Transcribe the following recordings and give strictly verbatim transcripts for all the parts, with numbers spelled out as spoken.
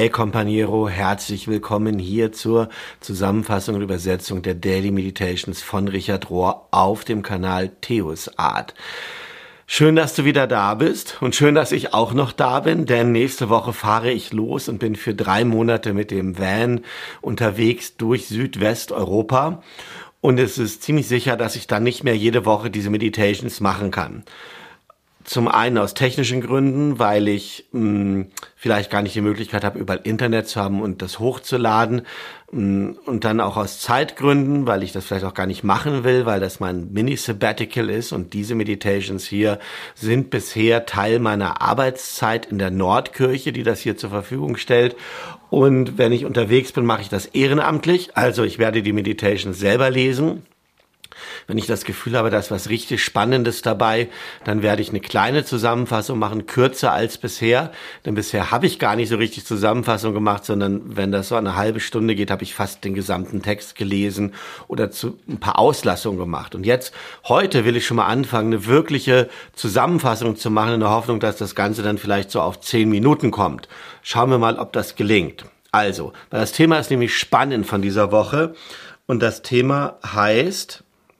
Hey Companiero, herzlich willkommen hier zur Zusammenfassung und Übersetzung der Daily Meditations von Richard Rohr auf dem Kanal Theos Art. Schön, dass du wieder da bist und schön, dass ich auch noch da bin, denn nächste Woche fahre ich los und bin für drei Monate mit dem Van unterwegs durch Südwesteuropa. Und es ist ziemlich sicher, dass ich dann nicht mehr jede Woche diese Meditations machen kann. Zum einen aus technischen Gründen, weil ich mh, vielleicht gar nicht die Möglichkeit habe, überall Internet zu haben und das hochzuladen. Mh, und dann auch aus Zeitgründen, weil ich das vielleicht auch gar nicht machen will, weil das mein Mini-Sabbatical ist. Und diese Meditations hier sind bisher Teil meiner Arbeitszeit in der Nordkirche, die das hier zur Verfügung stellt. Und wenn ich unterwegs bin, mache ich das ehrenamtlich. Also ich werde die Meditations selber lesen. Wenn ich das Gefühl habe, da ist was richtig Spannendes dabei, dann werde ich eine kleine Zusammenfassung machen, kürzer als bisher. Denn bisher habe ich gar nicht so richtig Zusammenfassung gemacht, sondern wenn das so eine halbe Stunde geht, habe ich fast den gesamten Text gelesen oder zu ein paar Auslassungen gemacht. Und jetzt, heute will ich schon mal anfangen, eine wirkliche Zusammenfassung zu machen, in der Hoffnung, dass das Ganze dann vielleicht so auf zehn Minuten kommt. Schauen wir mal, ob das gelingt. Also, weil das Thema ist nämlich spannend von dieser Woche. Und das Thema heißt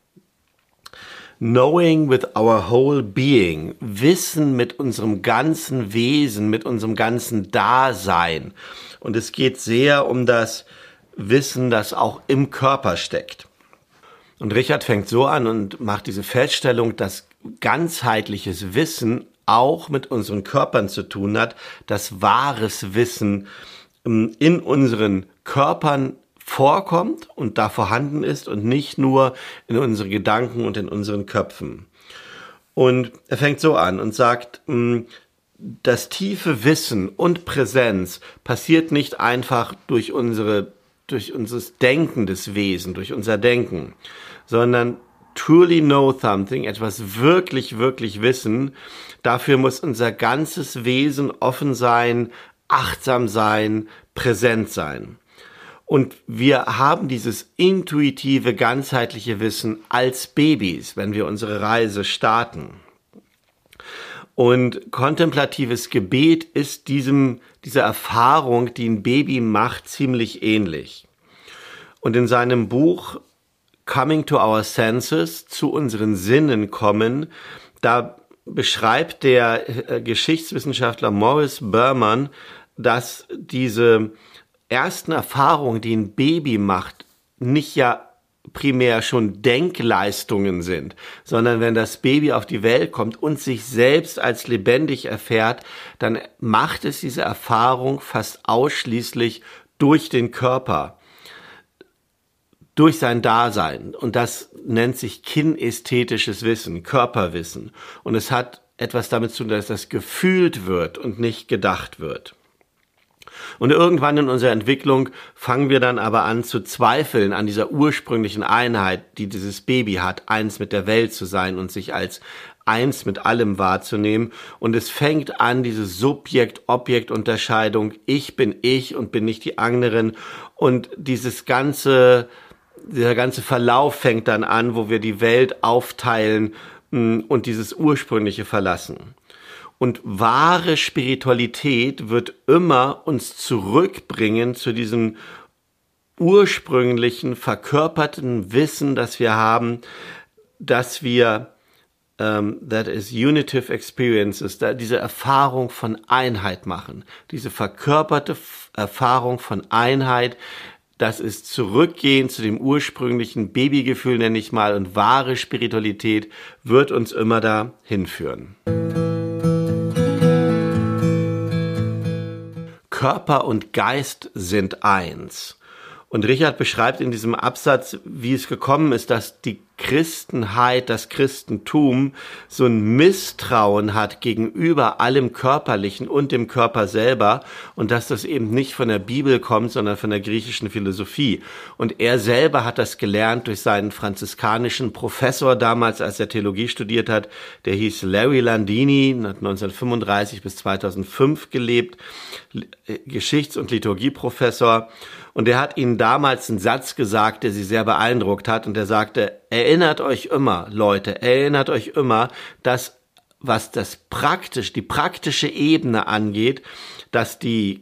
Knowing with our whole being, Wissen mit unserem ganzen Wesen, mit unserem ganzen Dasein. Und es geht sehr um das Wissen, das auch im Körper steckt. Und Richard fängt so an und macht diese Feststellung, dass ganzheitliches Wissen auch mit unseren Körpern zu tun hat, dass wahres Wissen in unseren Körpern vorkommt und da vorhanden ist und nicht nur in unseren Gedanken und in unseren Köpfen. Und er fängt so an und sagt, das tiefe Wissen und Präsenz passiert nicht einfach durch unsere, durch unser denkendes Wesen, durch unser Denken, sondern truly know something, etwas wirklich, wirklich wissen, dafür muss unser ganzes Wesen offen sein, achtsam sein, präsent sein. Und wir haben dieses intuitive, ganzheitliche Wissen als Babys, wenn wir unsere Reise starten. Und kontemplatives Gebet ist diesem, dieser Erfahrung, die ein Baby macht, ziemlich ähnlich. Und in seinem Buch Coming to Our Senses, zu unseren Sinnen kommen, da beschreibt der Geschichtswissenschaftler Maurice Berman, dass diese ersten Erfahrungen, die ein Baby macht, nicht ja primär schon Denkleistungen sind, sondern wenn das Baby auf die Welt kommt und sich selbst als lebendig erfährt, dann macht es diese Erfahrung fast ausschließlich durch den Körper, durch sein Dasein. Und das nennt sich kinästhetisches Wissen, Körperwissen. Und es hat etwas damit zu tun, dass das gefühlt wird und nicht gedacht wird. Und irgendwann in unserer Entwicklung fangen wir dann aber an zu zweifeln an dieser ursprünglichen Einheit, die dieses Baby hat, eins mit der Welt zu sein und sich als eins mit allem wahrzunehmen. Und es fängt an, diese Subjekt-Objekt-Unterscheidung, ich bin ich und bin nicht die anderen. Und dieses ganze, dieser ganze Verlauf fängt dann an, wo wir die Welt aufteilen und dieses Ursprüngliche verlassen. Und wahre Spiritualität wird immer uns zurückbringen zu diesem ursprünglichen, verkörperten Wissen, das wir haben, dass wir, um, that is unitive experiences, da diese Erfahrung von Einheit machen. Diese verkörperte F- Erfahrung von Einheit, das ist zurückgehen zu dem ursprünglichen Babygefühl, nenne ich mal, und wahre Spiritualität wird uns immer da hinführen. Körper und Geist sind eins. Und Richard beschreibt in diesem Absatz, wie es gekommen ist, dass die Christenheit, das Christentum so ein Misstrauen hat gegenüber allem Körperlichen und dem Körper selber und dass das eben nicht von der Bibel kommt, sondern von der griechischen Philosophie. Und er selber hat das gelernt durch seinen franziskanischen Professor damals, als er Theologie studiert hat. Der hieß Larry Landini, hat neunzehnhundertfünfunddreißig bis zweitausendfünf gelebt, Geschichts- und Liturgieprofessor. Und er hat ihnen damals einen Satz gesagt, der sie sehr beeindruckt hat. Und er sagte, erinnert euch immer, Leute, erinnert euch immer, dass was das praktisch, die praktische Ebene angeht, dass die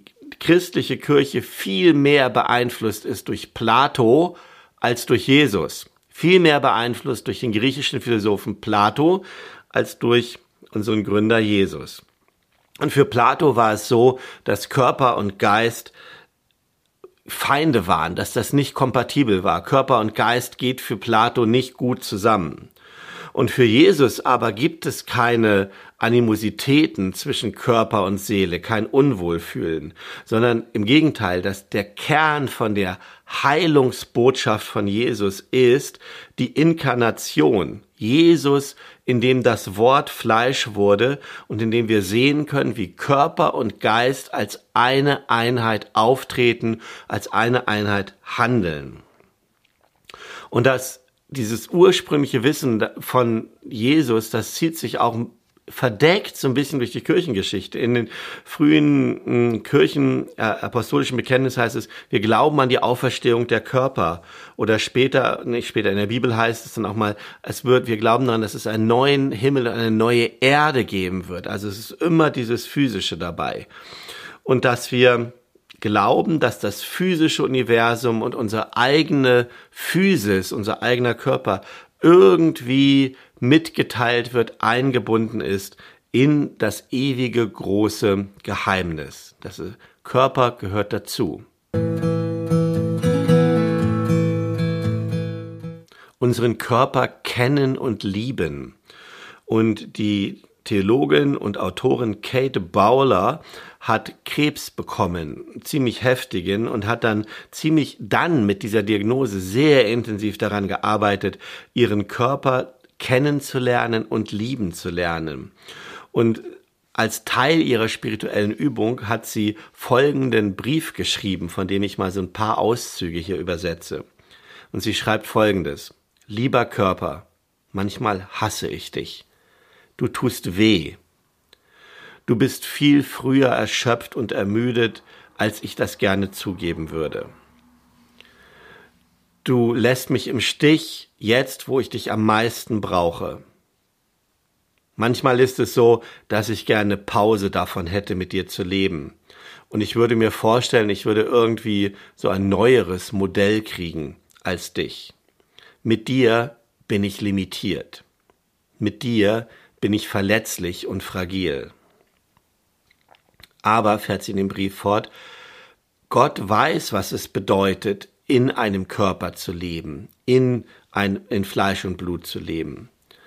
christliche Kirche viel mehr beeinflusst ist durch Plato als durch Jesus. Viel mehr beeinflusst durch den griechischen Philosophen Plato als durch unseren Gründer Jesus. Und für Plato war es so, dass Körper und Geist Feinde waren, dass das nicht kompatibel war. Körper und Geist geht für Plato nicht gut zusammen. Und für Jesus aber gibt es keine Animositäten zwischen Körper und Seele, kein Unwohlfühlen, sondern im Gegenteil, dass der Kern von der Heilungsbotschaft von Jesus ist die Inkarnation. Jesus, in dem das Wort Fleisch wurde und in dem wir sehen können, wie Körper und Geist als eine Einheit auftreten, als eine Einheit handeln. Und das Dieses ursprüngliche Wissen von Jesus, das zieht sich auch verdeckt so ein bisschen durch die Kirchengeschichte. In den frühen äh, Kirchen, äh, apostolischen Bekenntnis heißt es, wir glauben an die Auferstehung der Körper. Oder später, nicht später, in der Bibel heißt es dann auch mal, es wird, wir glauben daran, dass es einen neuen Himmel und eine neue Erde geben wird. Also es ist immer dieses Physische dabei. Und dass wir glauben, dass das physische Universum und unsere eigene Physis, unser eigener Körper irgendwie mitgeteilt wird, eingebunden ist in das ewige große Geheimnis. Das Körper gehört dazu. Unseren Körper kennen und lieben. Und die Theologin und Autorin Kate Bowler hat Krebs bekommen, ziemlich heftigen, und hat dann ziemlich dann mit dieser Diagnose sehr intensiv daran gearbeitet, ihren Körper kennenzulernen und lieben zu lernen. Und als Teil ihrer spirituellen Übung hat sie folgenden Brief geschrieben, von dem ich mal so ein paar Auszüge hier übersetze. Und sie schreibt Folgendes: Lieber Körper, manchmal hasse ich dich. Du tust weh. Du bist viel früher erschöpft und ermüdet, als ich das gerne zugeben würde. Du lässt mich im Stich, jetzt, wo ich dich am meisten brauche. Manchmal ist es so, dass ich gerne Pause davon hätte, mit dir zu leben. Und ich würde mir vorstellen, ich würde irgendwie so ein neueres Modell kriegen als dich. Mit dir bin ich limitiert. Mit dir bin ich verletzlich und fragil. Aber, fährt sie in dem Brief fort, Gott weiß, was es bedeutet, in einem Körper zu leben, in, ein, in Fleisch und Blut zu leben.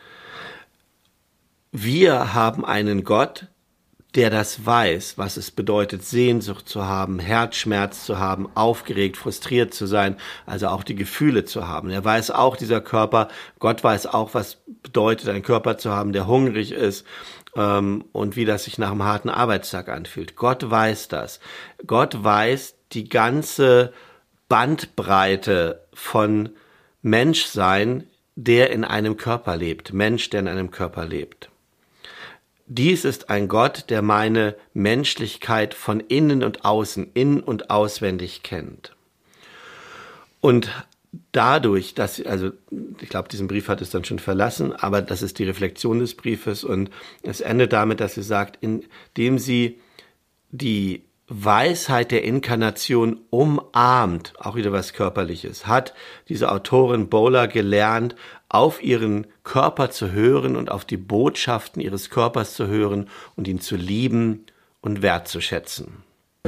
Wir haben einen Gott, der das weiß, was es bedeutet, Sehnsucht zu haben, Herzschmerz zu haben, aufgeregt, frustriert zu sein, also auch die Gefühle zu haben. Er weiß auch, dieser Körper, Gott weiß auch, was bedeutet, einen Körper zu haben, der hungrig ist, ähm, und wie das sich nach einem harten Arbeitstag anfühlt. Gott weiß das. Gott weiß die ganze Bandbreite von Menschsein, der in einem Körper lebt, Mensch, der in einem Körper lebt. Dies ist ein Gott, der meine Menschlichkeit von innen und außen, in- und auswendig kennt. Und dadurch, dass, also ich glaube, diesen Brief hat es dann schon verlassen, aber das ist die Reflexion des Briefes, und es endet damit, dass sie sagt, indem sie die Weisheit der Inkarnation umarmt, auch wieder was Körperliches, hat diese Autorin Bowler gelernt, auf ihren Körper zu hören und auf die Botschaften ihres Körpers zu hören und ihn zu lieben und wertzuschätzen.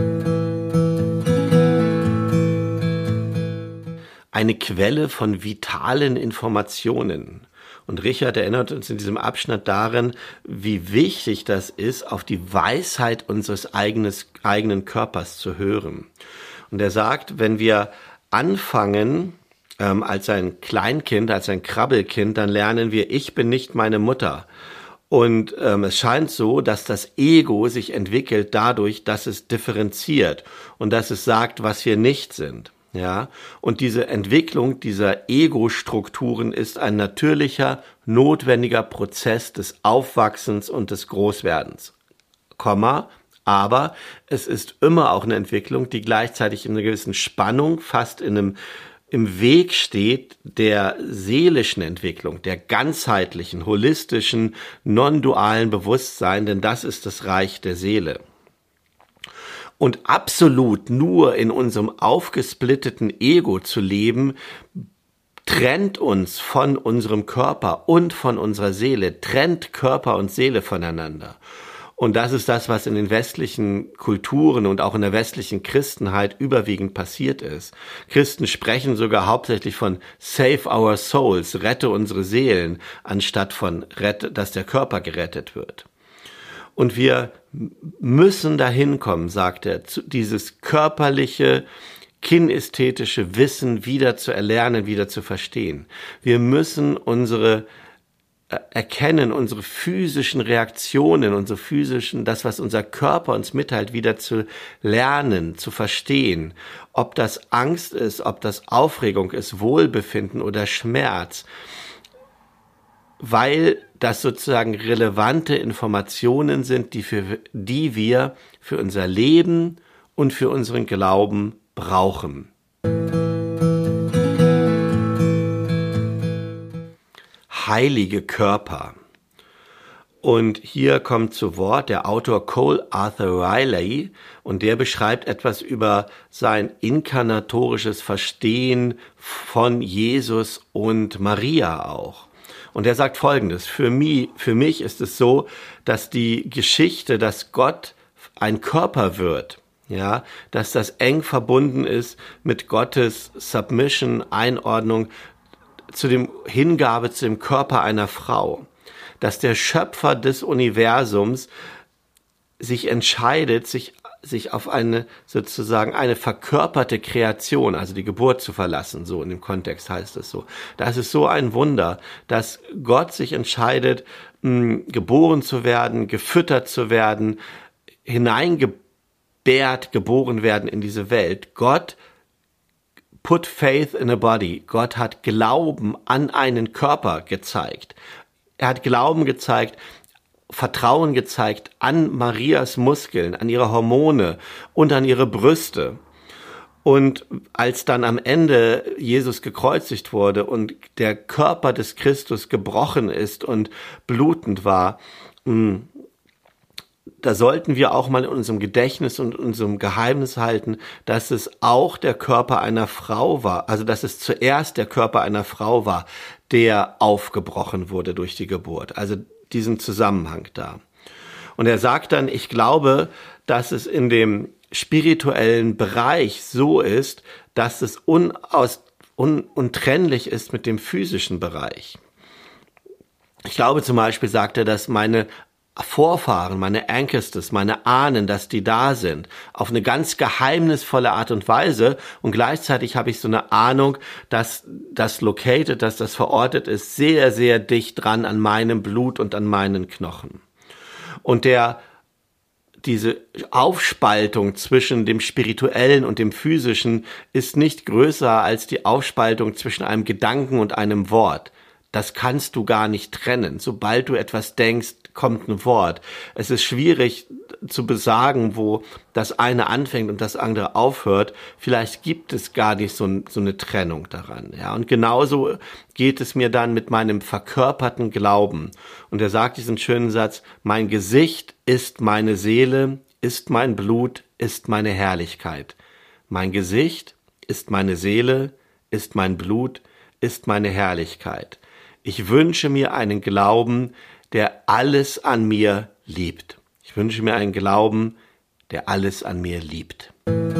Eine Quelle von vitalen Informationen. Und Richard erinnert uns in diesem Abschnitt daran, wie wichtig das ist, auf die Weisheit unseres eigenes, eigenen Körpers zu hören. Und er sagt, wenn wir anfangen, ähm, als ein Kleinkind, als ein Krabbelkind, dann lernen wir, ich bin nicht meine Mutter. Und ähm, es scheint so, dass das Ego sich entwickelt dadurch, dass es differenziert und dass es sagt, was wir nicht sind. Ja, und diese Entwicklung dieser Ego-Strukturen ist ein natürlicher, notwendiger Prozess des Aufwachsens und des Großwerdens. Komma, aber es ist immer auch eine Entwicklung, die gleichzeitig in einer gewissen Spannung, fast in einem im Weg steht der seelischen Entwicklung, der ganzheitlichen, holistischen, non-dualen Bewusstsein, denn das ist das Reich der Seele. Und absolut nur in unserem aufgesplitteten Ego zu leben, trennt uns von unserem Körper und von unserer Seele, trennt Körper und Seele voneinander. Und das ist das, was in den westlichen Kulturen und auch in der westlichen Christenheit überwiegend passiert ist. Christen sprechen sogar hauptsächlich von Save our souls, rette unsere Seelen, anstatt von rette, dass der Körper gerettet wird. Und wir müssen dahin kommen, sagt er, zu dieses körperliche, kinästhetische Wissen wieder zu erlernen, wieder zu verstehen. Wir müssen unsere erkennen, unsere physischen Reaktionen, unsere physischen, das, was unser Körper uns mitteilt, wieder zu lernen, zu verstehen. Ob das Angst ist, ob das Aufregung ist, Wohlbefinden oder Schmerz. Weil das sozusagen relevante Informationen sind, die, für, die wir für unser Leben und für unseren Glauben brauchen. Heilige Körper. Und hier kommt zu Wort der Autor Cole Arthur Riley und der beschreibt etwas über sein inkarnatorisches Verstehen von Jesus und Maria auch. Und er sagt Folgendes: Für mich, für mich ist es so, dass die Geschichte, dass Gott ein Körper wird, ja, dass das eng verbunden ist mit Gottes Submission, Einordnung, zu dem Hingabe zu dem Körper einer Frau, dass der Schöpfer des Universums sich entscheidet, sich sich auf eine sozusagen eine verkörperte Kreation, also die Geburt zu verlassen, so in dem Kontext heißt es so. Das ist so ein Wunder, dass Gott sich entscheidet, mh, geboren zu werden, gefüttert zu werden, hineingebärt, geboren werden in diese Welt. Gott Put faith in a body. Gott hat Glauben an einen Körper gezeigt. Er hat Glauben gezeigt, Vertrauen gezeigt an Marias Muskeln, an ihre Hormone und an ihre Brüste. Und als dann am Ende Jesus gekreuzigt wurde und der Körper des Christus gebrochen ist und blutend war, mh, da sollten wir auch mal in unserem Gedächtnis und unserem Geheimnis halten, dass es auch der Körper einer Frau war, also dass es zuerst der Körper einer Frau war, der aufgebrochen wurde durch die Geburt, also diesen Zusammenhang da. Und er sagt dann, ich glaube, dass es in dem spirituellen Bereich so ist, dass es unaus, un, untrennlich ist mit dem physischen Bereich. Ich glaube zum Beispiel, sagt er, dass meine Vorfahren, meine Ancestors, meine Ahnen, dass die da sind, auf eine ganz geheimnisvolle Art und Weise, und gleichzeitig habe ich so eine Ahnung, dass das located, dass das verortet ist, sehr, sehr dicht dran an meinem Blut und an meinen Knochen. Und der diese Aufspaltung zwischen dem Spirituellen und dem Physischen ist nicht größer als die Aufspaltung zwischen einem Gedanken und einem Wort. Das kannst du gar nicht trennen. Sobald du etwas denkst, kommt ein Wort. Es ist schwierig zu besagen, wo das eine anfängt und das andere aufhört. Vielleicht gibt es gar nicht so, so eine Trennung daran. Ja, und genauso geht es mir dann mit meinem verkörperten Glauben. Und er sagt diesen schönen Satz: Mein Gesicht ist meine Seele, ist mein Blut, ist meine Herrlichkeit. Mein Gesicht ist meine Seele, ist mein Blut, ist meine Herrlichkeit. Ich wünsche mir einen Glauben, der alles an mir liebt. Ich wünsche mir einen Glauben, der alles an mir liebt.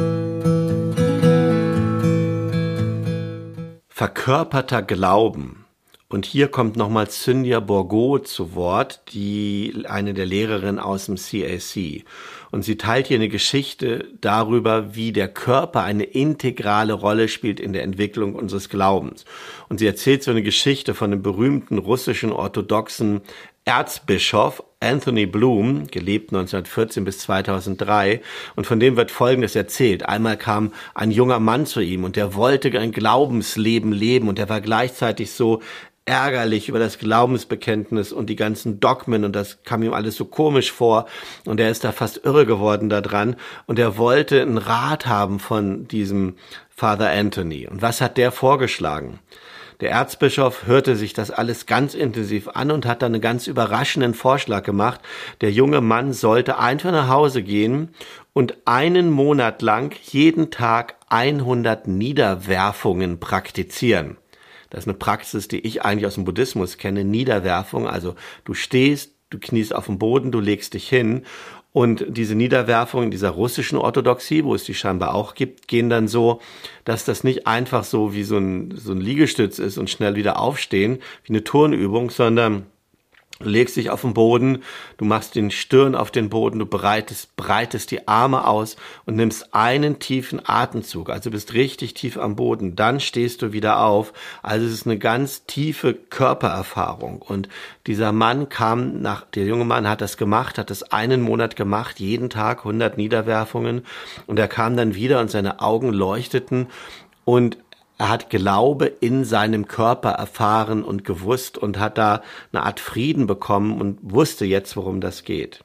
Verkörperter Glauben. Und hier kommt nochmal Cynthia Bourgault zu Wort, die eine der Lehrerinnen aus dem C A C. Und sie teilt hier eine Geschichte darüber, wie der Körper eine integrale Rolle spielt in der Entwicklung unseres Glaubens. Und sie erzählt so eine Geschichte von einem berühmten russischen orthodoxen Erzbischof Anthony Bloom, gelebt neunzehnhundertvierzehn bis zweitausenddrei, und von dem wird Folgendes erzählt. Einmal kam ein junger Mann zu ihm und der wollte ein Glaubensleben leben und er war gleichzeitig so ärgerlich über das Glaubensbekenntnis und die ganzen Dogmen und das kam ihm alles so komisch vor und er ist da fast irre geworden daran und er wollte einen Rat haben von diesem Father Anthony. Und was hat der vorgeschlagen? Der Erzbischof hörte sich das alles ganz intensiv an und hat dann einen ganz überraschenden Vorschlag gemacht. Der junge Mann sollte einfach nach Hause gehen und einen Monat lang jeden Tag hundert Niederwerfungen praktizieren. Das ist eine Praxis, die ich eigentlich aus dem Buddhismus kenne, Niederwerfung. Also du stehst, du kniest auf dem Boden, du legst dich hin. Und diese Niederwerfungen in dieser russischen Orthodoxie, wo es die scheinbar auch gibt, gehen dann so, dass das nicht einfach so wie so ein, so ein Liegestütz ist und schnell wieder aufstehen, wie eine Turnübung, sondern du legst dich auf den Boden, du machst den Stirn auf den Boden, du breitest, breitest die Arme aus und nimmst einen tiefen Atemzug. Also bist richtig tief am Boden. Dann stehst du wieder auf. Also es ist eine ganz tiefe Körpererfahrung. Und dieser Mann kam nach, der junge Mann hat das gemacht, hat das einen Monat gemacht, jeden Tag hundert Niederwerfungen. Und er kam dann wieder und seine Augen leuchteten und er hat Glaube in seinem Körper erfahren und gewusst und hat da eine Art Frieden bekommen und wusste jetzt, worum das geht.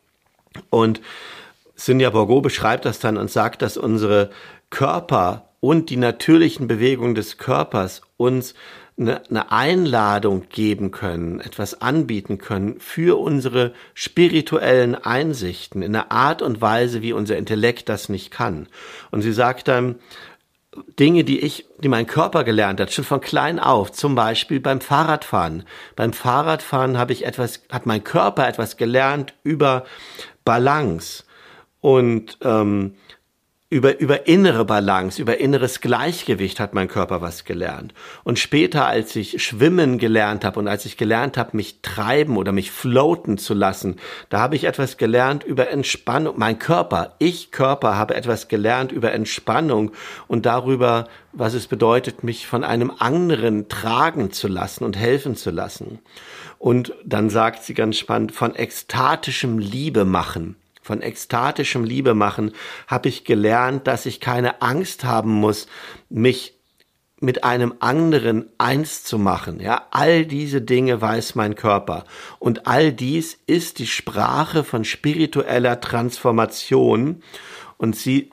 Und Cynthia Bourgeault beschreibt das dann und sagt, dass unsere Körper und die natürlichen Bewegungen des Körpers uns eine, eine Einladung geben können, etwas anbieten können für unsere spirituellen Einsichten in einer Art und Weise, wie unser Intellekt das nicht kann. Und sie sagt dann, Dinge, die ich, die mein Körper gelernt hat, schon von klein auf, zum Beispiel beim Fahrradfahren. Beim Fahrradfahren habe ich etwas, hat mein Körper etwas gelernt über Balance und ähm, über über innere Balance, über inneres Gleichgewicht hat mein Körper was gelernt. Und später, als ich schwimmen gelernt habe und als ich gelernt habe, mich treiben oder mich floaten zu lassen, da habe ich etwas gelernt über Entspannung. Mein Körper, ich Körper habe etwas gelernt über Entspannung und darüber, was es bedeutet, mich von einem anderen tragen zu lassen und helfen zu lassen. Und dann sagt sie ganz spannend, von ekstatischem Liebe machen. Von ekstatischem Liebe machen habe ich gelernt, dass ich keine Angst haben muss, mich mit einem anderen eins zu machen. Ja, all diese Dinge weiß mein Körper. Und all dies ist die Sprache von spiritueller Transformation. Und sie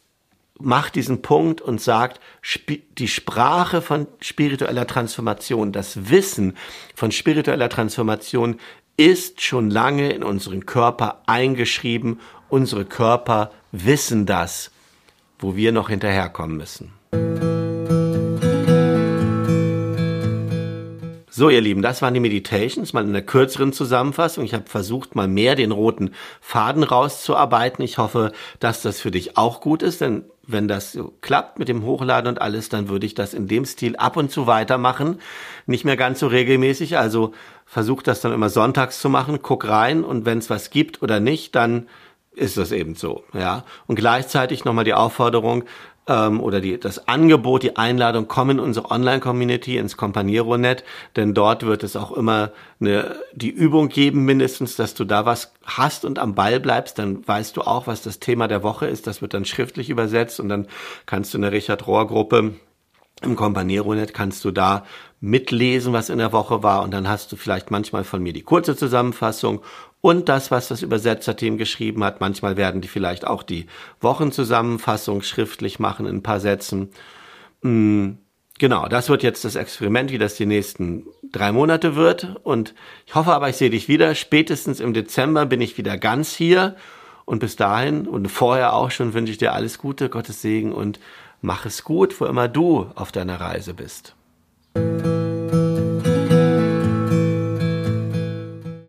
macht diesen Punkt und sagt, die Sprache von spiritueller Transformation, das Wissen von spiritueller Transformation ist schon lange in unseren Körper eingeschrieben. Unsere Körper wissen das, wo wir noch hinterherkommen müssen. So, ihr Lieben, das waren die Meditations, mal in einer kürzeren Zusammenfassung. Ich habe versucht, mal mehr den roten Faden rauszuarbeiten. Ich hoffe, dass das für dich auch gut ist, denn wenn das so klappt mit dem Hochladen und alles, dann würde ich das in dem Stil ab und zu weitermachen. Nicht mehr ganz so regelmäßig, also versuch das dann immer sonntags zu machen, guck rein und wenn es was gibt oder nicht, dann ist das eben so, ja. Und gleichzeitig nochmal die Aufforderung, ähm, oder die, das Angebot, die Einladung, komm in unsere Online-Community, ins Companiero-Net, denn dort wird es auch immer eine, die Übung geben mindestens, dass du da was hast und am Ball bleibst, dann weißt du auch, was das Thema der Woche ist, das wird dann schriftlich übersetzt und dann kannst du in der Richard-Rohr-Gruppe im Companiero-Net kannst du da mitlesen, was in der Woche war und dann hast du vielleicht manchmal von mir die kurze Zusammenfassung und das, was das Übersetzerteam geschrieben hat. Manchmal werden die vielleicht auch die Wochenzusammenfassung schriftlich machen in ein paar Sätzen. Genau, das wird jetzt das Experiment, wie das die nächsten drei Monate wird und ich hoffe aber, ich sehe dich wieder. Spätestens im Dezember bin ich wieder ganz hier und bis dahin und vorher auch schon wünsche ich dir alles Gute, Gottes Segen und mach es gut, wo immer du auf deiner Reise bist.